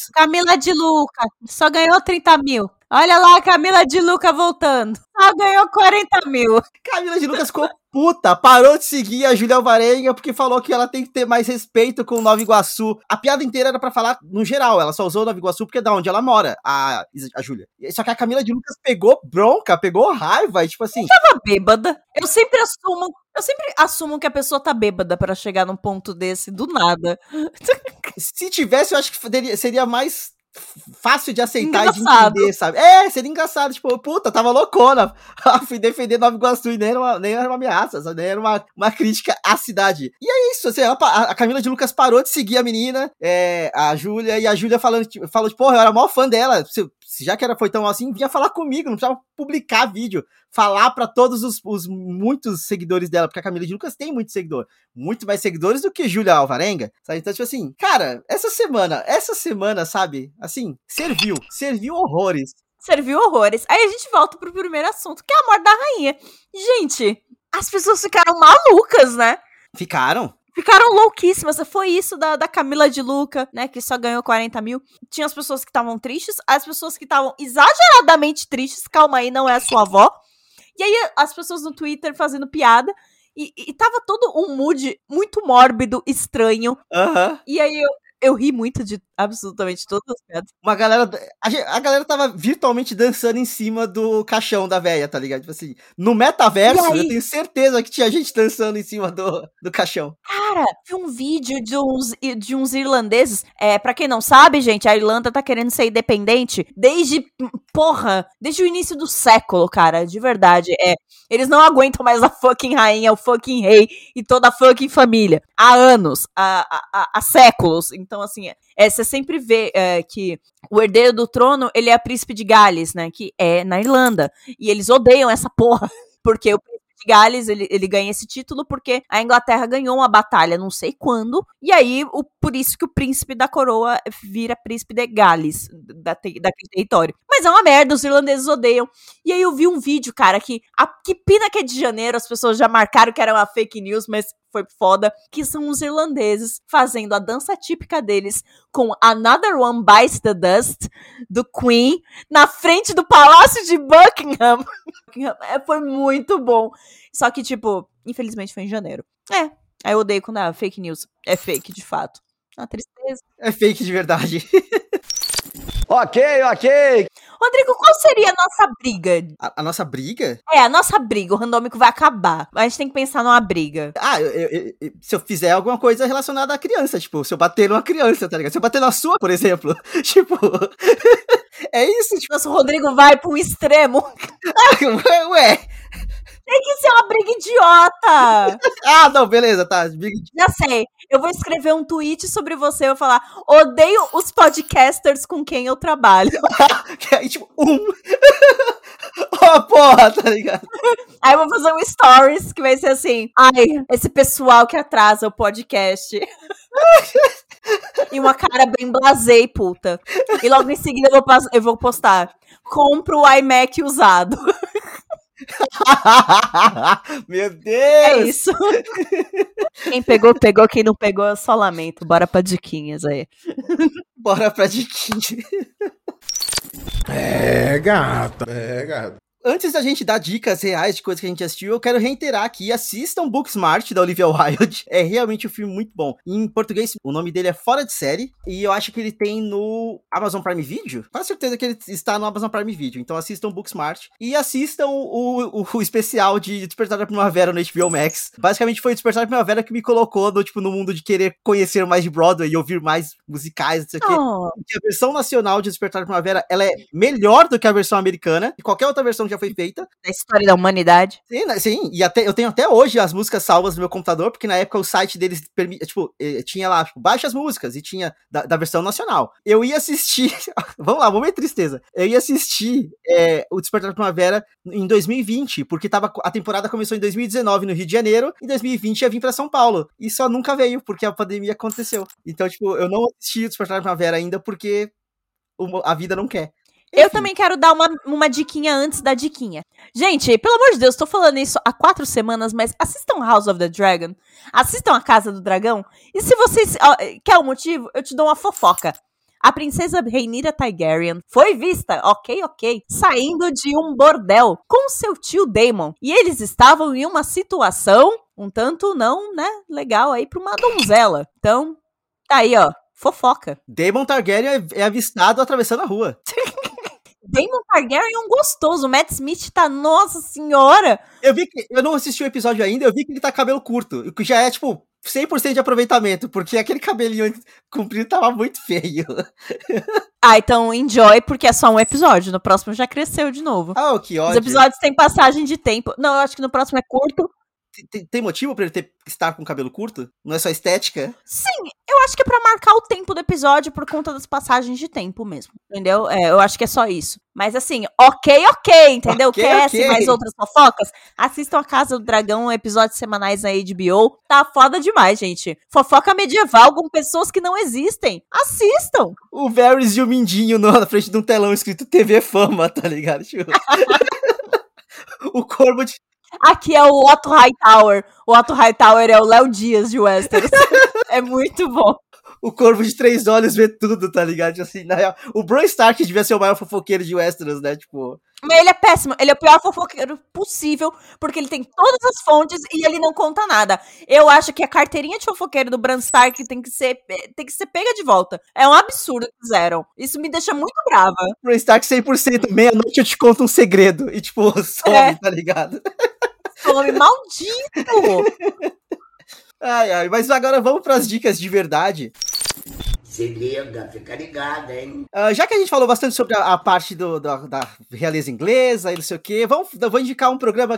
só ganhou 30 mil. Olha lá a Camila de Lucas voltando. Só ganhou 40 mil. Camila de Lucas ficou puta, parou de seguir a Júlia Alvarenga porque falou que ela tem que ter mais respeito com Nova Iguaçu. A piada inteira era pra falar no geral, ela só usou Nova Iguaçu porque é da onde ela mora, a Júlia. Só que a Camila de Lucas pegou bronca, pegou raiva, e tipo assim... Eu tava bêbada. Eu sempre assumo que a pessoa tá bêbada pra chegar num ponto desse, do nada. Se tivesse, eu acho que seria mais fácil de aceitar engraçado. E de entender, sabe? Seria engraçado, tipo, puta, tava loucona. Fui defender Nova Iguaçu e nem era uma ameaça, sabe? Nem era uma crítica à cidade. E é isso, assim, a Camila de Lucas parou de seguir a menina, a Júlia, e a Júlia falou, tipo, porra, eu era maior fã dela, já que ela foi tão assim, vinha falar comigo, não precisava publicar vídeo, falar pra todos os muitos seguidores dela, porque a Camila de Lucas tem muito seguidor, muito mais seguidores do que Júlia Alvarenga, sabe? Então, tipo assim, cara, essa semana, sabe, assim, serviu horrores. Serviu horrores. Aí a gente volta pro primeiro assunto, que é a morte da rainha. Gente, as pessoas ficaram malucas, né? Ficaram louquíssimas. Foi isso da Camila de Lucas, né? Que só ganhou 40 mil. Tinha as pessoas que estavam tristes, as pessoas que estavam exageradamente tristes. Calma aí, não é a sua avó. E aí as pessoas no Twitter fazendo piada. E tava todo um mood muito mórbido, estranho. Uhum. E aí eu ri muito de absolutamente todas as piadas. Uma galera. A galera tava virtualmente dançando em cima do caixão da véia, tá ligado? Tipo assim, no metaverso, E aí? eu tenho certeza que tinha gente dançando em cima do caixão. Cara, vi um vídeo de uns irlandeses. Pra quem não sabe, gente, a Irlanda tá querendo ser independente desde o início do século, cara, de verdade. Eles não aguentam mais a fucking rainha, o fucking rei e toda a fucking família. Há anos, há séculos. Então, assim, você sempre vê que o herdeiro do trono, ele é príncipe de Gales, né, que é na Irlanda. E eles odeiam essa porra, porque o príncipe de Gales, ele ganha esse título porque a Inglaterra ganhou uma batalha, não sei quando, e aí, por isso que o príncipe da coroa vira príncipe de Gales, daquele território. Mas é uma merda, os irlandeses odeiam. E aí eu vi um vídeo, cara, que pina que é de janeiro, as pessoas já marcaram que era uma fake news, mas foi foda, que são os irlandeses fazendo a dança típica deles com Another One Bites the Dust, do Queen, na frente do Palácio de Buckingham. Foi muito bom. Só que, tipo, infelizmente foi em janeiro. Aí eu odeio quando é fake news. É fake, de fato. Uma tristeza. É fake de verdade. Ok. Rodrigo, qual seria a nossa briga? A nossa briga? A nossa briga. O randômico vai acabar. A gente tem que pensar numa briga. Se eu fizer alguma coisa relacionada à criança, tipo, se eu bater numa criança, tá ligado? Se eu bater na sua, por exemplo, tipo... É isso, tipo... Nossa, o Rodrigo vai pra um extremo. Ué... Tem que ser uma briga idiota. Não, beleza, tá. Já sei. Eu vou escrever um tweet sobre você. Eu vou falar: odeio os podcasters com quem eu trabalho. Aí, tipo, porra, tá ligado? Aí eu vou fazer um stories que vai ser assim: ai, esse pessoal que atrasa o podcast. E uma cara bem blasé, puta. E logo em seguida eu vou postar: compro o iMac usado. Meu Deus! É isso. Quem pegou, quem não pegou, eu só lamento. Bora pra diquinhas aí. Bora pra diquinha. Gata. Antes da gente dar dicas reais de coisas que a gente assistiu, eu quero reiterar aqui, assistam Booksmart, da Olivia Wilde. É realmente um filme muito bom. Em português, o nome dele é Fora de Série, e eu acho que ele tem no Amazon Prime Video. Com certeza que ele está no Amazon Prime Video. Então assistam Booksmart e assistam o especial de Despertar da Primavera no HBO Max. Basicamente foi o Despertar da Primavera que me colocou no mundo de querer conhecer mais de Broadway e ouvir mais musicais, não sei o quê. Porque a versão nacional de Despertar da Primavera, ela é melhor do que a versão americana, e qualquer outra versão já foi feita. Da história da humanidade. Sim, e eu tenho até hoje as músicas salvas no meu computador, porque na época o site deles tinha lá, baixa as músicas, e tinha da versão nacional. Eu ia assistir, vamos lá, momento de tristeza. Eu ia assistir o Despertar da Primavera em 2020, porque a temporada começou em 2019 no Rio de Janeiro, e em 2020 ia vir pra São Paulo. E só nunca veio, porque a pandemia aconteceu. Então, eu não assisti o Despertar da Primavera ainda, porque a vida não quer. Eu também quero dar uma diquinha antes da diquinha. Gente, pelo amor de Deus, tô falando isso há 4 semanas, mas assistam House of the Dragon. Assistam A Casa do Dragão. E se vocês... quer um motivo? Eu te dou uma fofoca. A princesa Rhaenyra Targaryen foi vista, ok, saindo de um bordel com seu tio Daemon. E eles estavam em uma situação um tanto não, né, legal aí pra uma donzela. Então, tá aí, ó, fofoca. Daemon Targaryen é avistado atravessando a rua. Daemon Targaryen é um gostoso. O Matt Smith tá, nossa senhora. Eu não assisti o episódio ainda, eu vi que ele tá cabelo curto, o que já é, 100% de aproveitamento, porque aquele cabelinho comprido tava muito feio. Então enjoy, porque é só um episódio. No próximo já cresceu de novo. Que ódio. Os episódios têm passagem de tempo. Não, eu acho que no próximo é curto. Tem motivo pra ele estar com cabelo curto? Não é só estética? Sim, eu acho que é pra marcar o tempo do episódio por conta das passagens de tempo mesmo, entendeu? Eu acho que é só isso. Mas assim, ok, entendeu? Quer essa e mais outras fofocas? Assistam A Casa do Dragão, episódios semanais na HBO. Tá foda demais, gente. Fofoca medieval com pessoas que não existem. Assistam! O Varys e o Mindinho na frente de um telão escrito TV Fama, tá ligado? O Corvo de... Aqui é o Otto Hightower. O Otto Hightower é o Léo Dias de Westeros. É muito bom. O Corvo de 3 olhos vê tudo, tá ligado? Tipo assim, na real, o Bran Stark devia ser o maior fofoqueiro de Westeros, né? Tipo... Mas ele é péssimo, ele é o pior fofoqueiro possível, porque ele tem todas as fontes e ele não conta nada. Eu acho que a carteirinha de fofoqueiro do Bran Stark tem que ser pega de volta. É um absurdo que fizeram. Isso me deixa muito brava. Bran Stark 100%, meia-noite eu te conto um segredo. E tipo, some, tá ligado? Some, maldito! Ai, mas agora vamos pras dicas de verdade. Se liga, fica ligado, hein? Já que a gente falou bastante sobre a parte da realeza inglesa e não sei o quê, vou indicar um programa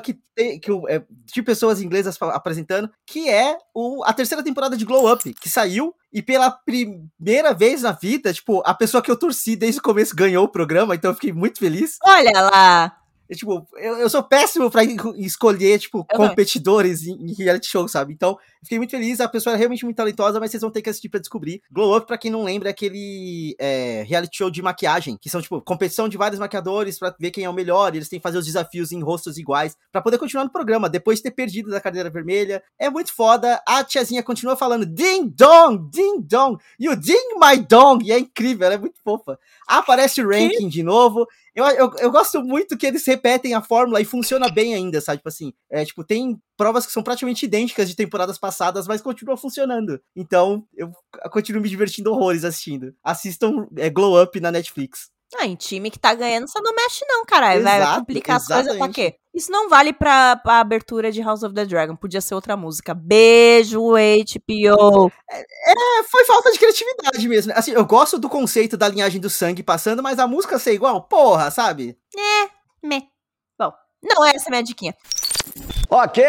de pessoas inglesas apresentando, que é a terceira temporada de Glow Up, que saiu, e pela primeira vez na vida, tipo, a pessoa que eu torci desde o começo ganhou o programa, então eu fiquei muito feliz. Olha lá! Tipo, eu sou péssimo pra escolher, tipo, competidores em reality show, sabe? Então, fiquei muito feliz, a pessoa é realmente muito talentosa, mas vocês vão ter que assistir pra descobrir. Glow Up, pra quem não lembra, é aquele reality show de maquiagem, que são, tipo, competição de vários maquiadores pra ver quem é o melhor, e eles têm que fazer os desafios em rostos iguais, pra poder continuar no programa, depois de ter perdido da cadeira vermelha. É muito foda, a tiazinha continua falando ding dong, you ding my dong, e é incrível, ela é muito fofa. Aparece o ranking de novo. Eu gosto muito que eles repetem a fórmula e funciona bem ainda, sabe? Tipo assim, tipo, tem provas que são praticamente idênticas de temporadas passadas, mas continuam funcionando. Então, eu continuo me divertindo horrores assistindo. Assistam Glow Up na Netflix. Em time que tá ganhando, você não mexe não, caralho. Vai complicar as coisas pra quê? Isso não vale pra abertura de House of the Dragon. Podia ser outra música. Beijo, HBO. Foi falta de criatividade mesmo. Assim, eu gosto do conceito da linhagem do sangue passando, mas a música ser igual, porra, sabe? Bom, não essa é a minha diquinha. Ok.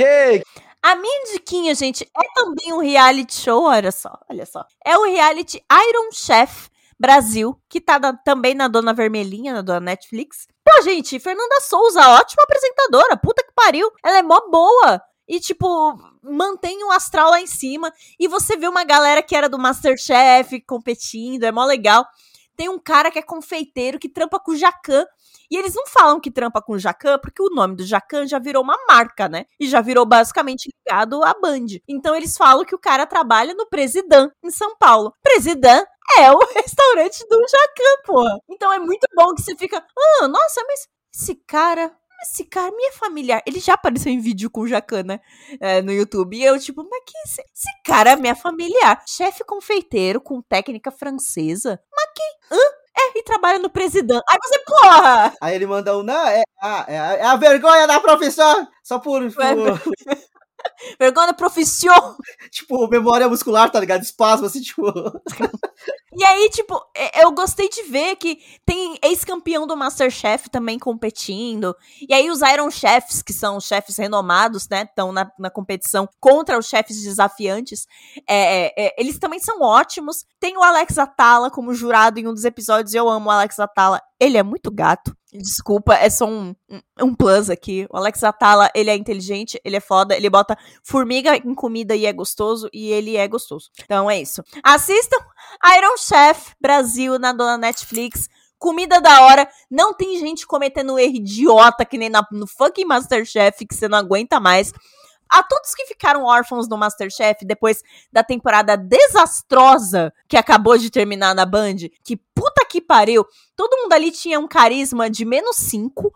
A minha diquinha, gente, é também um reality show, olha só. É o reality Iron Chef Brasil, que tá também na Dona Vermelhinha, na Dona Netflix. Pô, gente, Fernanda Souza, ótima apresentadora, puta que pariu. Ela é mó boa. E, tipo, mantém o astral lá em cima. E você vê uma galera que era do Masterchef competindo, é mó legal. Tem um cara que é confeiteiro, que trampa com o Jacan. E eles não falam que trampa com o Jacan, porque o nome do Jacan já virou uma marca, né? E já virou basicamente ligado à Band. Então eles falam que o cara trabalha no Presidã, em São Paulo. Presidã é o restaurante do Jacan, porra. Então é muito bom que você fica... nossa, mas esse cara me é familiar. Ele já apareceu em vídeo com o Jacan, né? No YouTube. E eu, tipo, mas que esse cara me é familiar. Chefe confeiteiro com técnica francesa. Mas que... e trabalha no Presidã. Aí você, porra! Aí ele manda não, é a vergonha da profissão. Só por... Vergonha da profissão. Tipo, memória muscular, tá ligado? Espasmo, assim, tipo... E aí, tipo, eu gostei de ver que tem ex-campeão do Masterchef também competindo. E aí os Iron Chefs, que são chefes renomados, né, estão na competição contra os chefes desafiantes. Eles também são ótimos. Tem o Alex Atala como jurado em um dos episódios. Eu amo o Alex Atala. Ele é muito gato. Desculpa, é só um plus aqui. O Alex Atala, ele é inteligente, ele é foda, ele bota formiga em comida e é gostoso, e ele é gostoso. Então é isso. Assistam Iron Chef Brasil na Dona Netflix. Comida da hora. Não tem gente cometendo erro idiota que nem no fucking Masterchef, que você não aguenta mais. A todos que ficaram órfãos no Masterchef depois da temporada desastrosa que acabou de terminar na Band, que puta que pariu, todo mundo ali tinha um carisma de -5,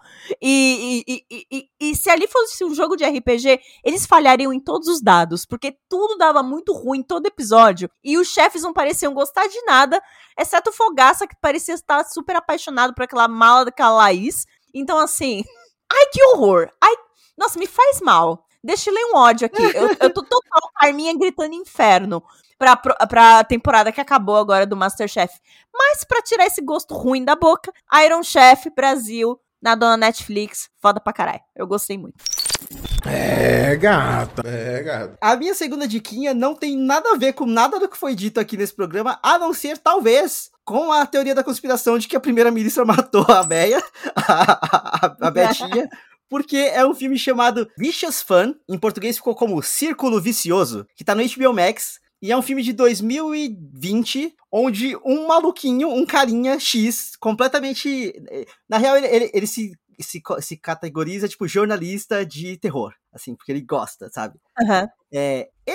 e se ali fosse um jogo de RPG, eles falhariam em todos os dados, porque tudo dava muito ruim todo episódio, e os chefes não pareciam gostar de nada, exceto o Fogaça, que parecia estar super apaixonado por aquela mala daquela Laís. Então assim, ai que horror, nossa, me faz mal. Deixa eu ler um ódio aqui. Eu tô total Carminha gritando inferno pra temporada que acabou agora do Masterchef. Mas pra tirar esse gosto ruim da boca, Iron Chef Brasil na Dona Netflix. Foda pra caralho. Eu gostei muito. Gata. A minha segunda diquinha não tem nada a ver com nada do que foi dito aqui nesse programa, a não ser, talvez, com a teoria da conspiração de que a primeira-ministra matou a Béia, a Betinha. Porque é um filme chamado Vicious Fun, em português ficou como Círculo Vicioso, que tá no HBO Max, e é um filme de 2020, onde um maluquinho, um carinha X, completamente... Na real, ele se categoriza, tipo, jornalista de terror, assim, porque ele gosta, sabe? Uhum. Ele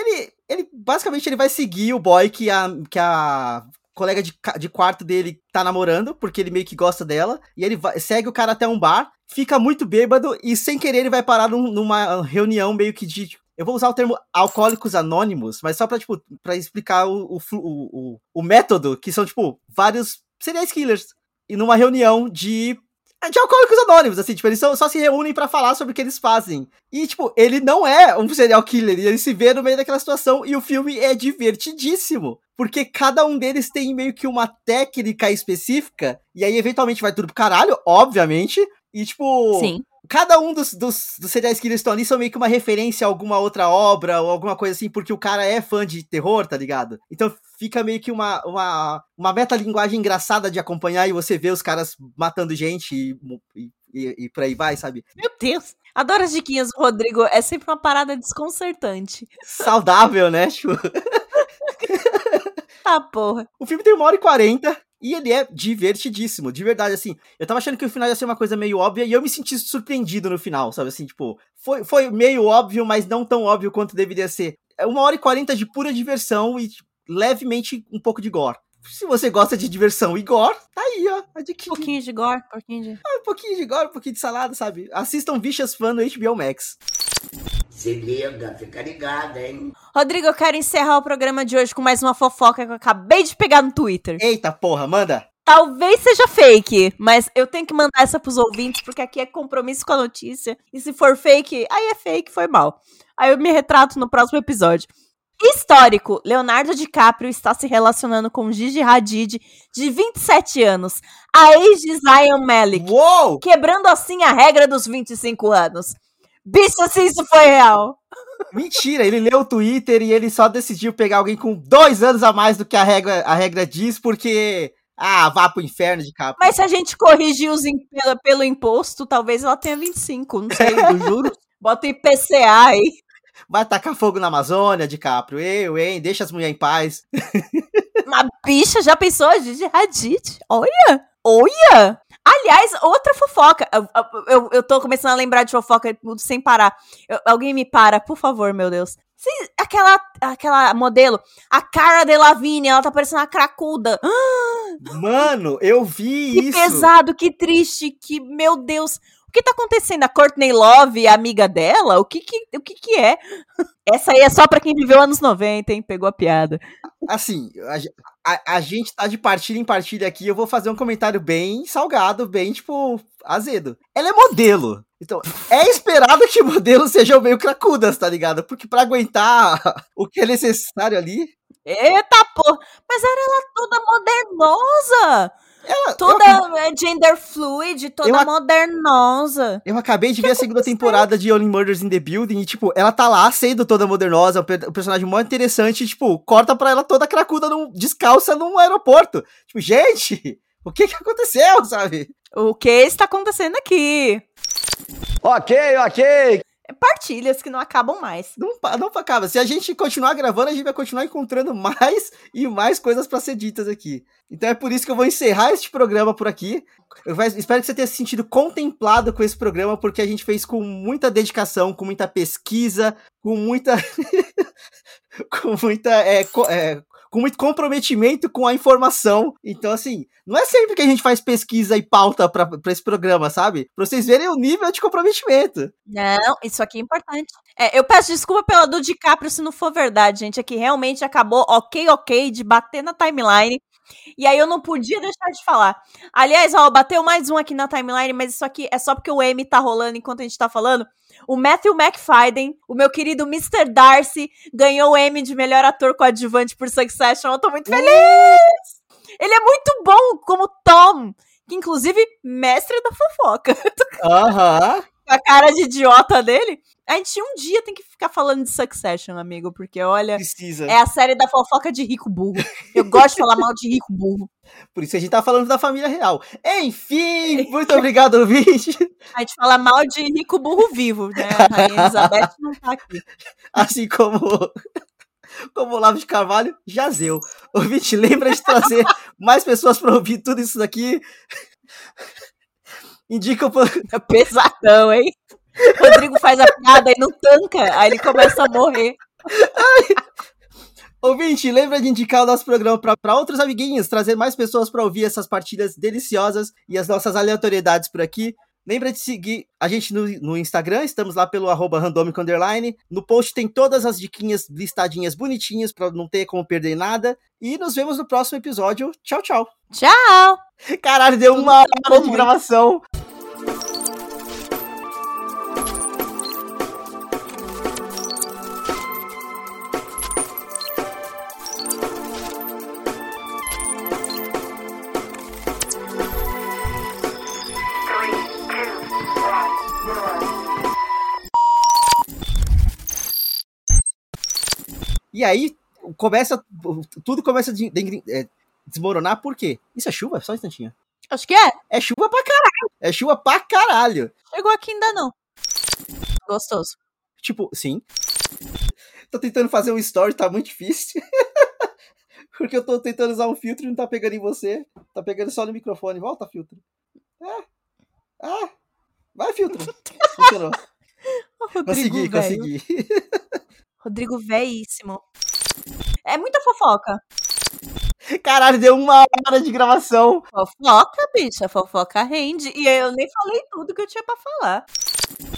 ele basicamente ele vai seguir o boy que a colega de quarto dele tá namorando, porque ele meio que gosta dela, e ele segue o cara até um bar, fica muito bêbado, e sem querer ele vai parar numa reunião meio que de... Eu vou usar o termo alcoólicos anônimos, mas só pra, tipo, pra explicar o método, que são, tipo, vários serial killers, e numa reunião de alcoólicos anônimos, assim, tipo, eles só se reúnem pra falar sobre o que eles fazem. E, tipo, ele não é um serial killer, e ele se vê no meio daquela situação, e o filme é divertidíssimo. Porque cada um deles tem meio que uma técnica específica, e aí eventualmente vai tudo pro caralho, obviamente, e, tipo... Sim. Cada um dos serial killers que estão ali são meio que uma referência a alguma outra obra ou alguma coisa assim, porque o cara é fã de terror, tá ligado? Então fica meio que uma metalinguagem engraçada de acompanhar e você vê os caras matando gente e por aí vai, sabe? Meu Deus. Adoro as diquinhas do Rodrigo. É sempre uma parada desconcertante. Saudável, né? Tipo... Tá, porra. O filme tem 1h40 e ele é divertidíssimo, de verdade, assim. Eu tava achando que o final ia ser uma coisa meio óbvia e eu me senti surpreendido no final, sabe? Assim, tipo, foi meio óbvio, mas não tão óbvio quanto deveria ser. É 1h40 de pura diversão e levemente um pouco de gore. Se você gosta de diversão e gore, tá aí, ó. Um pouquinho de gore, um pouquinho de... Um pouquinho de gore, um pouquinho de salada, sabe? Assistam Vicious Fan no HBO Max. Se liga, fica ligado, hein? Rodrigo, eu quero encerrar o programa de hoje com mais uma fofoca que eu acabei de pegar no Twitter. Eita porra, manda! Talvez seja fake, mas eu tenho que mandar essa pros ouvintes, porque aqui é compromisso com a notícia. E se for fake, aí é fake, foi mal. Aí eu me retrato no próximo episódio. Histórico, Leonardo DiCaprio está se relacionando com Gigi Hadid, de 27 anos, a ex de Zayn Malik. Uou! Quebrando assim a regra dos 25 anos. Bicho, se isso foi real. Mentira, ele leu o Twitter e ele só decidiu pegar alguém com 2 anos a mais do que a regra diz, porque... Ah, vá pro inferno, DiCaprio. Mas se a gente corrigir pelo imposto, talvez ela tenha 25, não sei, do juro. Bota IPCA aí. Vai tacar fogo na Amazônia, DiCaprio. Hein? Deixa as mulheres em paz. Uma bicha, já pensou? A Gigi Hadid? Olha! Aliás, outra fofoca. Eu tô começando a lembrar de fofoca sem parar. Alguém me para, por favor, meu Deus. Aquela modelo, a Cara Delevingne, ela tá parecendo uma cracuda. Mano, eu vi que isso. Que pesado, que triste, que, meu Deus. O que tá acontecendo? A Courtney Love, a amiga dela? O que é? Essa aí é só pra quem viveu anos 90, hein? Pegou a piada. Assim, a gente tá de partilha em partilha aqui, eu vou fazer um comentário bem salgado, bem, tipo, azedo. Ela é modelo. Então, é esperado que modelos sejam meio cracudas, tá ligado? Porque pra aguentar o que é necessário ali... Eita, porra! Mas era ela toda modernosa! Toda gender fluid, toda modernosa. Eu acabei de ver a segunda temporada de Only Murders in the Building e, tipo, ela tá lá sendo toda modernosa, o personagem mó interessante e, tipo, corta pra ela toda cracuda descalça num aeroporto. Tipo, gente, o que aconteceu, sabe? O que está acontecendo aqui? Ok. Partilhas que não acabam mais. Não acaba. Se a gente continuar gravando, a gente vai continuar encontrando mais e mais coisas pra ser ditas aqui. Então é por isso que eu vou encerrar este programa por aqui. Espero que você tenha se sentido contemplado com esse programa, porque a gente fez com muita dedicação, com muita pesquisa, com muita... com muito comprometimento com a informação. Então, assim, não é sempre que a gente faz pesquisa e pauta pra esse programa, sabe? Pra vocês verem o nível de comprometimento. Não, isso aqui é importante. Eu peço desculpa pela do DiCaprio se não for verdade, gente. Aqui realmente acabou ok, de bater na timeline. E aí eu não podia deixar de falar. Aliás, bateu mais um aqui na timeline, mas isso aqui é só porque o M tá rolando enquanto a gente tá falando. O Matthew McFadden, o meu querido Mr. Darcy, ganhou o M de melhor ator coadjuvante por Succession. Eu tô muito feliz! Ele é muito bom como Tom, que inclusive mestre da fofoca. Aham. Com a cara de idiota dele. A gente um dia tem que ficar falando de Succession, amigo, porque olha, precisa. É a série da fofoca de rico burro. Eu gosto de falar mal de rico burro. Por isso a gente tá falando da família real. Enfim, muito obrigado, ouvinte. A gente fala mal de rico burro vivo, né? A Rainha Elizabeth não tá aqui. Assim como o Olavo de Carvalho, jazeu. Ouvinte, lembra de trazer mais pessoas pra ouvir tudo isso daqui. Indica É pesadão, hein? O Rodrigo faz a piada e não tanca, aí ele começa a morrer. Ouvinte, lembra de indicar o nosso programa pra outros amiguinhos, trazer mais pessoas pra ouvir essas partilhas deliciosas e as nossas aleatoriedades por aqui. Lembra de seguir a gente no Instagram, estamos lá pelo @randomic_. No post tem todas as diquinhas listadinhas bonitinhas pra não ter como perder nada. E nos vemos no próximo episódio. Tchau, tchau. Tchau! Caralho, deu uma hora de gravação. E aí, tudo começa a desmoronar, por quê? Isso é chuva? Só um instantinho. Acho que é. É chuva pra caralho. É chuva pra caralho. Chegou aqui ainda não. Gostoso. Tipo, sim. Tô tentando fazer um story, tá muito difícil. Porque eu tô tentando usar um filtro e não tá pegando em você. Tá pegando só no microfone. Volta, filtro. Vai, filtro. Funcionou. Rodrigo, Consegui. Rodrigo véíssimo. É muita fofoca. Caralho, deu uma hora de gravação. Fofoca, bicha. Fofoca rende. E eu nem falei tudo que eu tinha pra falar.